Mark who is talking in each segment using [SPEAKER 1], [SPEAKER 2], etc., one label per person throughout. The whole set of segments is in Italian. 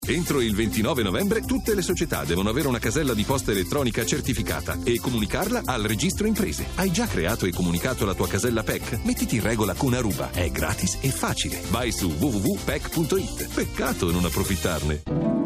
[SPEAKER 1] Entro il 29 novembre tutte le società devono avere una casella di posta elettronica certificata e comunicarla al registro imprese. Hai già creato e comunicato la tua casella PEC? Mettiti in regola con Aruba. È gratis e facile. Vai su www.pec.it. Peccato non approfittarne.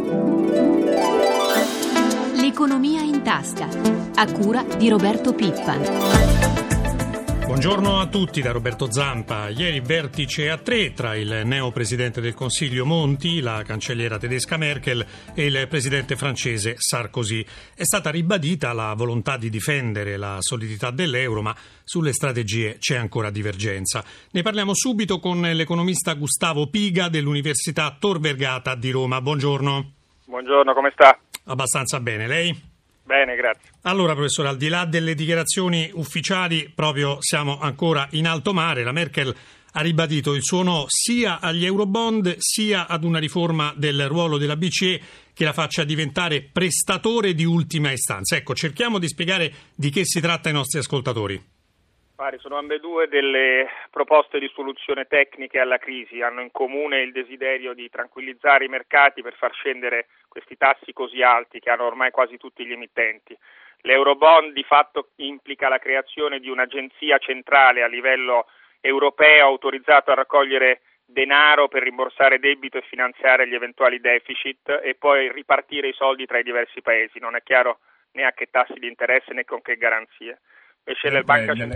[SPEAKER 2] L'economia in tasca, a cura di Roberto Pippan.
[SPEAKER 3] Buongiorno a tutti da Roberto Zampa. Ieri vertice a tre tra il neo presidente del Consiglio Monti, la cancelliera tedesca Merkel e il presidente francese Sarkozy. È stata ribadita la volontà di difendere la solidità dell'euro, ma sulle strategie c'è ancora divergenza. Ne parliamo subito con l'economista Gustavo Piga dell'Università Tor Vergata di Roma. Buongiorno.
[SPEAKER 4] Buongiorno, come sta?
[SPEAKER 3] Abbastanza bene, lei?
[SPEAKER 4] Bene, grazie.
[SPEAKER 3] Allora, professore, al di là delle dichiarazioni ufficiali, proprio siamo ancora in alto mare. La Merkel ha ribadito il suo no sia agli Eurobond sia ad una riforma del ruolo della BCE che la faccia diventare prestatore di ultima istanza. Ecco, cerchiamo di spiegare di che si tratta ai nostri ascoltatori.
[SPEAKER 4] Sono ambedue delle proposte di soluzione tecniche alla crisi, hanno in comune il desiderio di tranquillizzare i mercati per far scendere questi tassi così alti che hanno ormai quasi tutti gli emittenti. L'Eurobond di fatto implica la creazione di un'agenzia centrale a livello europeo autorizzata a raccogliere denaro per rimborsare debito e finanziare gli eventuali deficit e poi ripartire i soldi tra i diversi paesi. Non è chiaro né a che tassi di interesse né con che garanzie. Invece la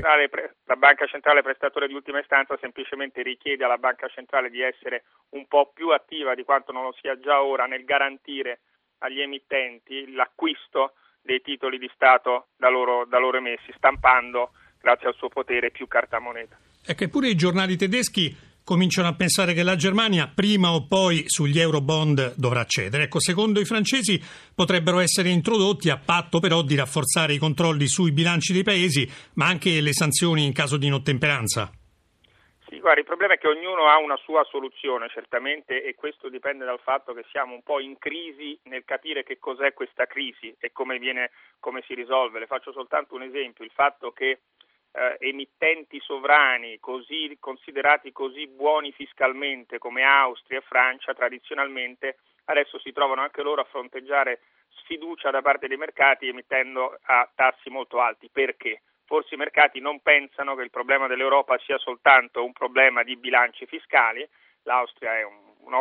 [SPEAKER 4] banca centrale prestatore di ultima istanza semplicemente richiede alla banca centrale di essere un po' più attiva di quanto non lo sia già ora nel garantire agli emittenti l'acquisto dei titoli di Stato da loro emessi, stampando, grazie al suo potere, più carta moneta.
[SPEAKER 3] È che pure i giornali tedeschi cominciano a pensare che la Germania prima o poi sugli Eurobond dovrà cedere. Ecco, secondo i francesi potrebbero essere introdotti a patto però di rafforzare i controlli sui bilanci dei paesi, ma anche le sanzioni in caso di inottemperanza.
[SPEAKER 4] Sì, guarda, il problema è che ognuno ha una sua soluzione, certamente, e questo dipende dal fatto che siamo un po' in crisi nel capire che cos'è questa crisi e come si risolve. Le faccio soltanto un esempio, il fatto che emittenti sovrani così considerati così buoni fiscalmente come Austria e Francia tradizionalmente adesso si trovano anche loro a fronteggiare sfiducia da parte dei mercati emettendo a tassi molto alti. Perché? Forse i mercati non pensano che il problema dell'Europa sia soltanto un problema di bilanci fiscali. L'Austria è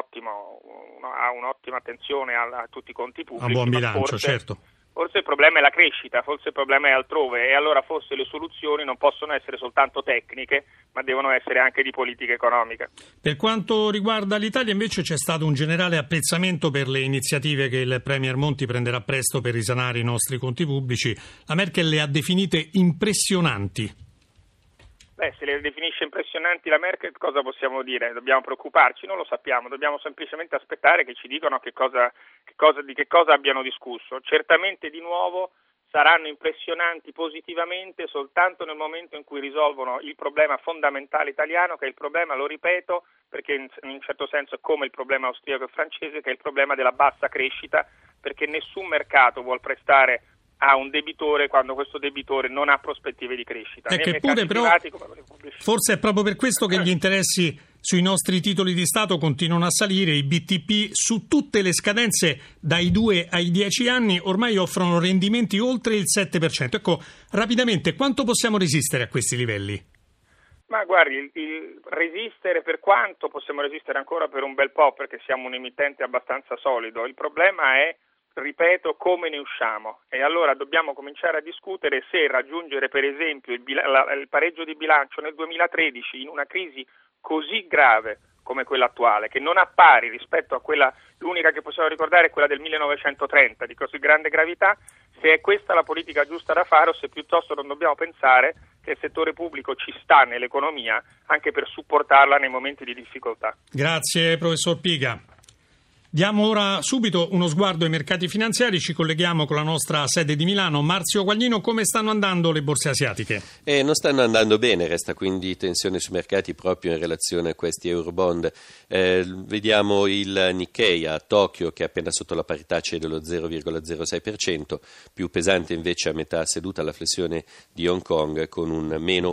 [SPEAKER 4] ha un'ottima attenzione a tutti i conti pubblici.
[SPEAKER 3] Un buon bilancio, certo.
[SPEAKER 4] Forse il problema è la crescita, forse il problema è altrove e allora forse le soluzioni non possono essere soltanto tecniche, ma devono essere anche di politica economica.
[SPEAKER 3] Per quanto riguarda l'Italia invece c'è stato un generale apprezzamento per le iniziative che il Premier Monti prenderà presto per risanare i nostri conti pubblici. La Merkel le ha definite impressionanti.
[SPEAKER 4] Se le definisce impressionanti la Merkel, cosa possiamo dire? Dobbiamo preoccuparci? Non lo sappiamo, dobbiamo semplicemente aspettare che ci dicano di che cosa abbiano discusso. Certamente di nuovo saranno impressionanti positivamente soltanto nel momento in cui risolvono il problema fondamentale italiano, che è il problema, lo ripeto, perché in un certo senso è come il problema austriaco e francese, che è il problema della bassa crescita, perché nessun mercato vuol prestare a un debitore quando questo debitore non ha prospettive di crescita.
[SPEAKER 3] È che pure però forse è proprio per questo che gli interessi sui nostri titoli di Stato continuano a salire. I BTP su tutte le scadenze dai 2 ai 10 anni ormai offrono rendimenti oltre il 7%. Ecco, rapidamente, quanto possiamo resistere a questi livelli?
[SPEAKER 4] Ma guardi, il resistere, per quanto possiamo resistere ancora per un bel po', perché siamo un emittente abbastanza solido. Il problema è, ripeto, come ne usciamo, e allora dobbiamo cominciare a discutere se raggiungere per esempio il pareggio di bilancio nel 2013 in una crisi così grave come quella attuale, che non ha pari rispetto a quella, l'unica che possiamo ricordare è quella del 1930 di così grande gravità, se è questa la politica giusta da fare o se piuttosto non dobbiamo pensare che il settore pubblico ci sta nell'economia anche per supportarla nei momenti di difficoltà.
[SPEAKER 3] Grazie professor Piga. Diamo ora subito uno sguardo ai mercati finanziari, ci colleghiamo con la nostra sede di Milano. Marzio Guaglino, come stanno andando le borse asiatiche?
[SPEAKER 5] Non stanno andando bene, resta quindi tensione sui mercati proprio in relazione a questi Eurobond. Vediamo il Nikkei a Tokyo che è appena sotto la parità, cede lo 0,06%, più pesante invece a metà seduta la flessione di Hong Kong con un meno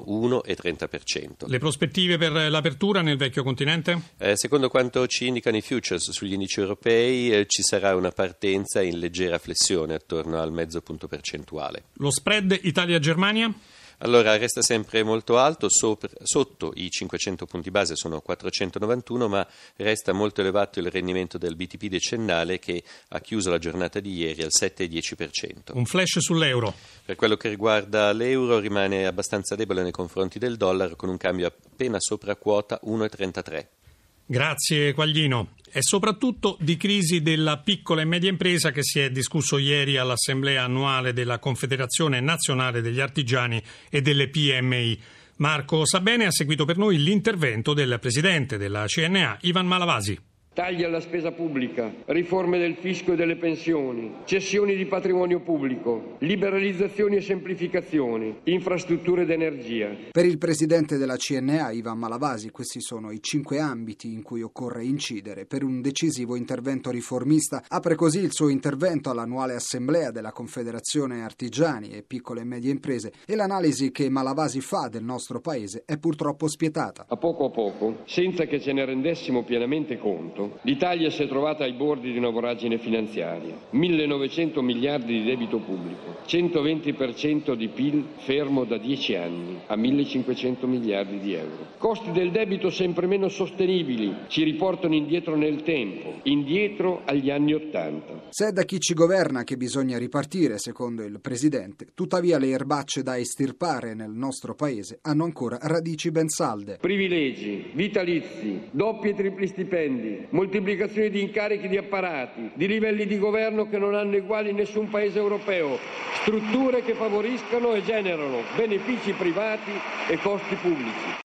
[SPEAKER 5] 1,30%.
[SPEAKER 3] Le prospettive per l'apertura nel vecchio continente?
[SPEAKER 5] Secondo quanto ci indicano i futures sugli indici europei ci sarà una partenza in leggera flessione attorno al mezzo punto percentuale.
[SPEAKER 3] Lo spread Italia-Germania?
[SPEAKER 5] Allora resta sempre molto alto, sotto i 500 punti base sono 491, ma resta molto elevato il rendimento del BTP decennale che ha chiuso la giornata di ieri al 7,10%.
[SPEAKER 3] Un flash sull'euro.
[SPEAKER 5] Per quello che riguarda l'euro rimane abbastanza debole nei confronti del dollaro con un cambio appena sopra quota 1,33.
[SPEAKER 3] Grazie Quaglino. E soprattutto di crisi della piccola e media impresa che si è discusso ieri all'Assemblea annuale della Confederazione Nazionale degli Artigiani e delle PMI. Marco Sabene ha seguito per noi l'intervento del presidente della CNA, Ivan Malavasi.
[SPEAKER 6] Tagli alla spesa pubblica, riforme del fisco e delle pensioni, cessioni di patrimonio pubblico, liberalizzazioni e semplificazioni, infrastrutture ed energia.
[SPEAKER 7] Per il presidente della CNA, Ivan Malavasi, questi sono i 5 ambiti in cui occorre incidere per un decisivo intervento riformista. Apre così il suo intervento all'annuale assemblea della Confederazione Artigiani e Piccole e Medie Imprese e l'analisi che Malavasi fa del nostro paese è purtroppo spietata.
[SPEAKER 6] A poco, senza che ce ne rendessimo pienamente conto, l'Italia si è trovata ai bordi di una voragine finanziaria, 1.900 miliardi di debito pubblico, 120% di PIL fermo da 10 anni a 1.500 miliardi di euro. Costi del debito sempre meno sostenibili ci riportano indietro nel tempo, indietro agli anni '80.
[SPEAKER 7] Se è da chi ci governa che bisogna ripartire, secondo il presidente, tuttavia le erbacce da estirpare nel nostro paese hanno ancora radici ben salde.
[SPEAKER 6] Privilegi, vitalizi, doppi e tripli stipendi, moltiplicazione di incarichi di apparati, di livelli di governo che non hanno uguali in nessun paese europeo, strutture che favoriscano e generano benefici privati e costi pubblici.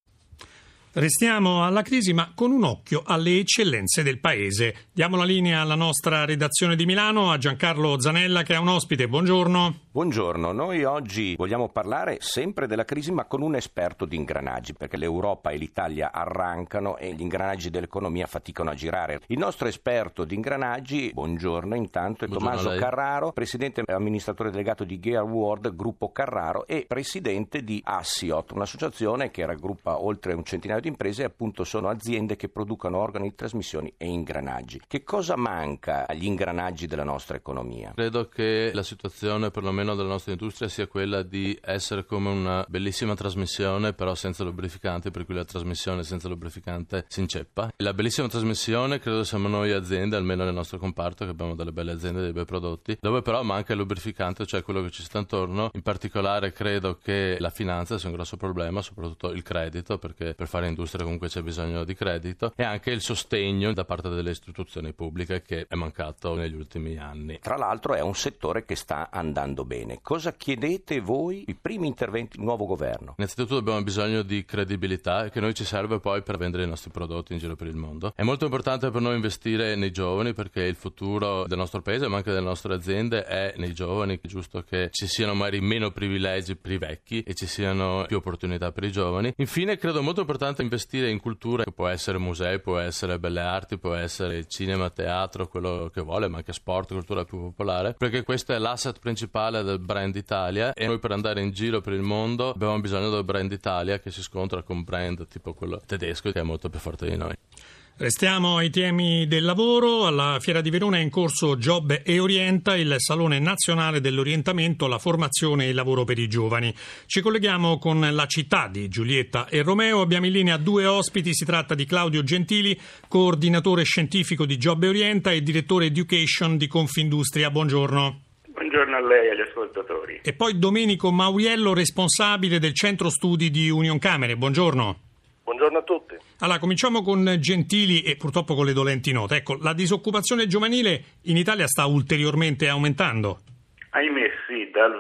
[SPEAKER 3] Restiamo alla crisi, ma con un occhio alle eccellenze del paese. Diamo la linea alla nostra redazione di Milano, a Giancarlo Zanella che è un ospite. Buongiorno.
[SPEAKER 8] Buongiorno, noi oggi vogliamo parlare sempre della crisi ma con un esperto di ingranaggi, perché l'Europa e l'Italia arrancano e gli ingranaggi dell'economia faticano a girare. Il nostro esperto di ingranaggi, buongiorno intanto, è Tommaso Carraro, presidente e amministratore delegato di Gear World, gruppo Carraro, e presidente di Assiot, un'associazione che raggruppa oltre un centinaio di imprese e appunto sono aziende che producono organi di trasmissioni e ingranaggi. Che cosa manca agli ingranaggi della nostra economia?
[SPEAKER 9] Credo che la situazione perlomeno della nostra industria sia quella di essere come una bellissima trasmissione però senza lubrificante, per cui la trasmissione senza lubrificante si inceppa. La bellissima trasmissione credo siamo noi aziende, almeno nel nostro comparto, che abbiamo delle belle aziende, dei bei prodotti, dove però manca il lubrificante, cioè quello che ci sta intorno. In particolare credo che la finanza sia un grosso problema, soprattutto il credito, perché per fare industria comunque c'è bisogno di credito, e anche il sostegno da parte delle istituzioni pubbliche che è mancato negli ultimi anni.
[SPEAKER 8] Tra l'altro è un settore che sta andando bene. Cosa chiedete voi i primi interventi del nuovo governo?
[SPEAKER 9] Innanzitutto abbiamo bisogno di credibilità che noi ci serve poi per vendere i nostri prodotti in giro per il mondo. È molto importante per noi investire nei giovani perché il futuro del nostro paese ma anche delle nostre aziende è nei giovani. È giusto che ci siano magari meno privilegi per i vecchi e ci siano più opportunità per i giovani. Infine credo molto importante investire in cultura, che può essere musei, può essere belle arti, può essere cinema, teatro, quello che vuole, ma anche sport, cultura più popolare, perché questo è l'asset principale del brand Italia e noi per andare in giro per il mondo abbiamo bisogno del brand Italia che si scontra con brand tipo quello tedesco che è molto più forte di noi.
[SPEAKER 3] Restiamo ai temi del lavoro. Alla Fiera di Verona è in corso Job e Orienta, il Salone Nazionale dell'Orientamento, la formazione e il lavoro per i giovani. Ci colleghiamo con la città di Giulietta e Romeo. Abbiamo in linea due ospiti. Si tratta di Claudio Gentili, coordinatore scientifico di Job e Orienta e direttore Education di Confindustria. Buongiorno.
[SPEAKER 10] Buongiorno a lei e agli ascoltatori.
[SPEAKER 3] E poi Domenico Mauriello, responsabile del centro studi di Unioncamere. Buongiorno.
[SPEAKER 10] Buongiorno a tutti.
[SPEAKER 3] Allora, cominciamo con Gentili e purtroppo con le dolenti note. Ecco, la disoccupazione giovanile in Italia sta ulteriormente aumentando.
[SPEAKER 10] Ahimè sì, dal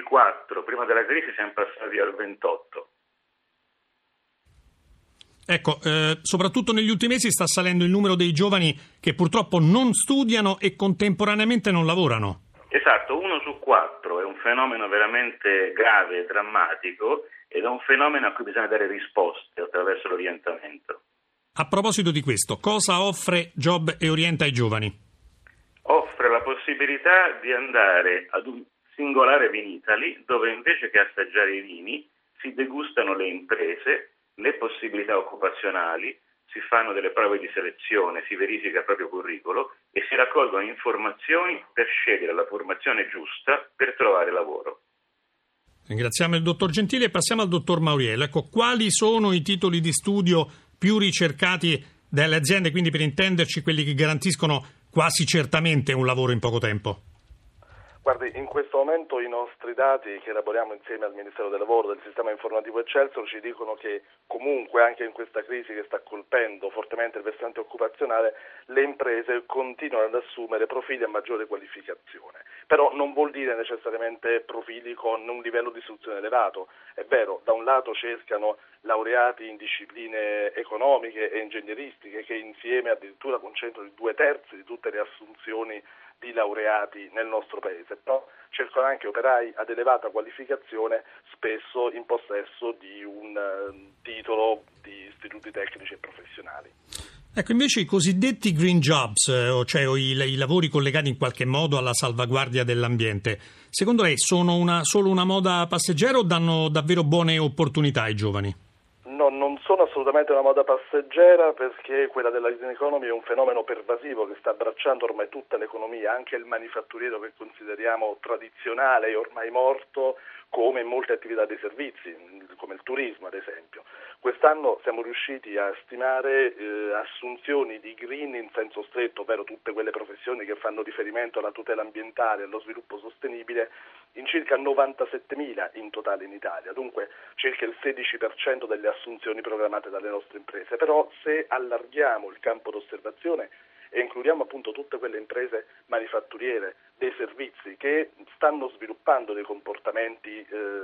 [SPEAKER 10] 24, prima della crisi, siamo passati al 28.
[SPEAKER 3] Ecco, soprattutto negli ultimi mesi sta salendo il numero dei giovani che purtroppo non studiano e contemporaneamente non lavorano.
[SPEAKER 10] Esatto, 1 su 4 è un fenomeno veramente grave e drammatico ed è un fenomeno a cui bisogna dare risposte attraverso l'orientamento.
[SPEAKER 3] A proposito di questo, cosa offre Job e Orienta ai giovani?
[SPEAKER 10] Offre la possibilità di andare ad un singolare Vinitaly dove invece che assaggiare i vini si degustano le imprese, le possibilità occupazionali, si fanno delle prove di selezione, si verifica il proprio curriculum e si raccolgono informazioni per scegliere la formazione giusta per trovare lavoro.
[SPEAKER 3] Ringraziamo il dottor Gentile e passiamo al dottor Mauriello. Ecco, quali sono i titoli di studio più ricercati dalle aziende, quindi per intenderci quelli che garantiscono quasi certamente un lavoro in poco tempo?
[SPEAKER 11] Guardi, in questo momento i nostri dati che elaboriamo insieme al Ministero del Lavoro, del Sistema Informativo Excelsior, ci dicono che comunque anche in questa crisi che sta colpendo fortemente il versante occupazionale, le imprese continuano ad assumere profili a maggiore qualificazione. Però non vuol dire necessariamente profili con un livello di istruzione elevato. È vero, da un lato cercano laureati in discipline economiche e ingegneristiche che insieme addirittura concentrano il 2/3 di tutte le assunzioni di laureati nel nostro paese, però cercano anche operai ad elevata qualificazione, spesso in possesso di un titolo di istituti tecnici e professionali.
[SPEAKER 3] Ecco, invece i cosiddetti green jobs, cioè i lavori collegati in qualche modo alla salvaguardia dell'ambiente, secondo lei sono solo una moda passeggera o danno davvero buone opportunità ai giovani?
[SPEAKER 11] No, non sono assolutamente una moda passeggera, perché quella della green economy è un fenomeno pervasivo che sta abbracciando ormai tutta l'economia, anche il manifatturiero che consideriamo tradizionale e ormai morto, come in molte attività dei servizi, come il turismo ad esempio. Quest'anno siamo riusciti a stimare assunzioni di green in senso stretto, ovvero tutte quelle professioni che fanno riferimento alla tutela ambientale e allo sviluppo sostenibile, in circa 97.000 in totale in Italia, dunque circa il 16% delle assunzioni programmate dalle nostre imprese. Però se allarghiamo il campo d'osservazione e includiamo appunto tutte quelle imprese manifatturiere, dei servizi che stanno sviluppando dei comportamenti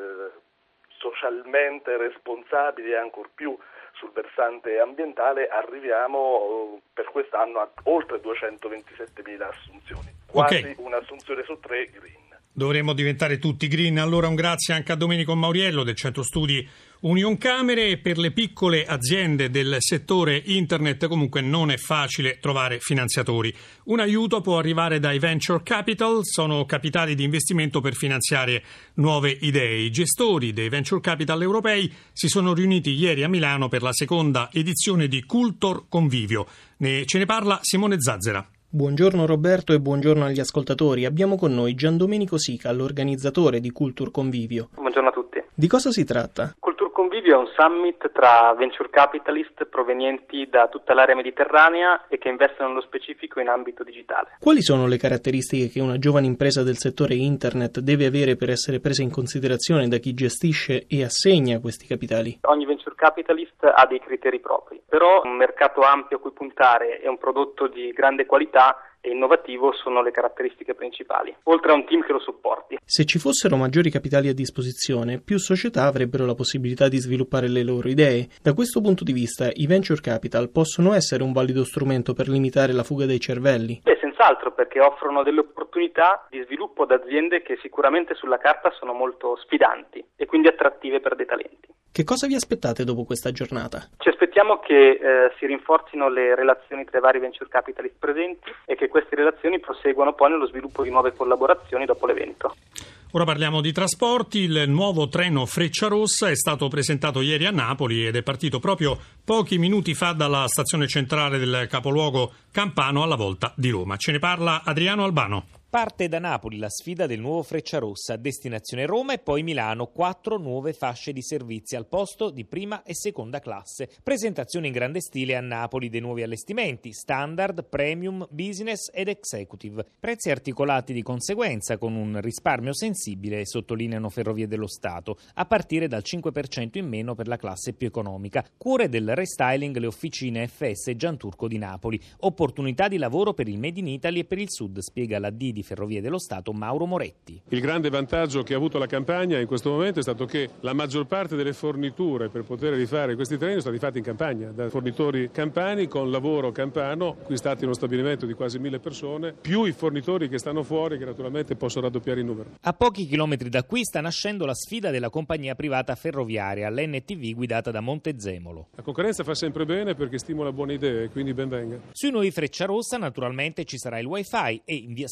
[SPEAKER 11] socialmente responsabili e ancor più sul versante ambientale, arriviamo per quest'anno a oltre 227.000 assunzioni, quasi un'assunzione su 3 green.
[SPEAKER 3] Dovremmo diventare tutti green. Allora un grazie anche a Domenico Mauriello del Centro Studi Unioncamere. E per le piccole aziende del settore internet comunque non è facile trovare finanziatori. Un aiuto può arrivare dai venture capital, sono capitali di investimento per finanziare nuove idee. I gestori dei venture capital europei si sono riuniti ieri a Milano per la seconda edizione di Cultor Convivio. Ce ne parla Simone Zazzera.
[SPEAKER 12] Buongiorno Roberto e buongiorno agli ascoltatori. Abbiamo con noi Giandomenico Sica, l'organizzatore di Cultur Convivio.
[SPEAKER 13] Buongiorno a tutti.
[SPEAKER 12] Di cosa si tratta?
[SPEAKER 13] Cultur Convivio è un summit tra venture capitalist provenienti da tutta l'area mediterranea e che investono nello specifico in ambito digitale.
[SPEAKER 12] Quali sono le caratteristiche che una giovane impresa del settore internet deve avere per essere presa in considerazione da chi gestisce e assegna questi capitali?
[SPEAKER 13] Ogni venture capitalist ha dei criteri propri, però un mercato ampio a cui puntare e un prodotto di grande qualità e innovativo sono le caratteristiche principali, oltre a un team che lo supporti.
[SPEAKER 12] Se ci fossero maggiori capitali a disposizione, più società avrebbero la possibilità di sviluppare le loro idee. Da questo punto di vista, i venture capital possono essere un valido strumento per limitare la fuga dei cervelli?
[SPEAKER 13] Senz'altro, perché offrono delle opportunità di sviluppo ad aziende che sicuramente sulla carta sono molto sfidanti e quindi attrattive per dei talenti.
[SPEAKER 12] Che cosa vi aspettate dopo questa giornata?
[SPEAKER 13] Ci aspettiamo che si rinforzino le relazioni tra i vari venture capitalist presenti e che queste relazioni proseguano poi nello sviluppo di nuove collaborazioni dopo l'evento.
[SPEAKER 3] Ora parliamo di trasporti. Il nuovo treno Frecciarossa è stato presentato ieri a Napoli ed è partito proprio pochi minuti fa dalla stazione centrale del capoluogo campano alla volta di Roma. Ce ne parla Adriano Albano.
[SPEAKER 14] Parte da Napoli la sfida del nuovo Frecciarossa, destinazione Roma e poi Milano, 4 nuove fasce di servizi al posto di prima e seconda classe. Presentazione in grande stile a Napoli dei nuovi allestimenti, standard, premium, business ed executive. Prezzi articolati di conseguenza con un risparmio sensibile, sottolineano Ferrovie dello Stato, a partire dal 5% in meno per la classe più economica. Cure del restyling le officine FS Gianturco di Napoli. Opportunità di lavoro per il Made in Italy e per il Sud, spiega la D di Ferrovie dello Stato Mauro Moretti.
[SPEAKER 15] Il grande vantaggio che ha avuto la Campania in questo momento è stato che la maggior parte delle forniture per poter rifare questi treni sono stati fatti in Campania, da fornitori campani con lavoro campano, acquistati in uno stabilimento di quasi 1.000 persone, più i fornitori che stanno fuori che naturalmente possono raddoppiare il numero.
[SPEAKER 14] A pochi chilometri da qui sta nascendo la sfida della compagnia privata ferroviaria, l'NTV guidata da Montezemolo.
[SPEAKER 15] La concorrenza fa sempre bene perché stimola buone idee, quindi ben venga.
[SPEAKER 14] Sui nuovi Frecciarossa naturalmente ci sarà il wifi e in via sperimentale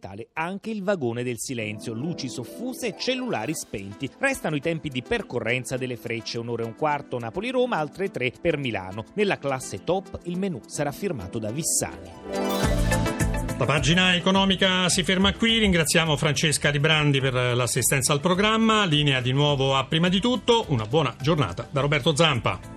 [SPEAKER 14] Natale anche il vagone del silenzio, luci soffuse e cellulari spenti. Restano i tempi di percorrenza delle Frecce, 1 ora e un quarto Napoli-Roma, altre 3 per Milano. Nella classe top il menù sarà firmato da Vissani.
[SPEAKER 3] La pagina economica si ferma qui, ringraziamo Francesca Librandi per l'assistenza al programma, linea di nuovo a Prima di Tutto, una buona giornata da Roberto Zampa.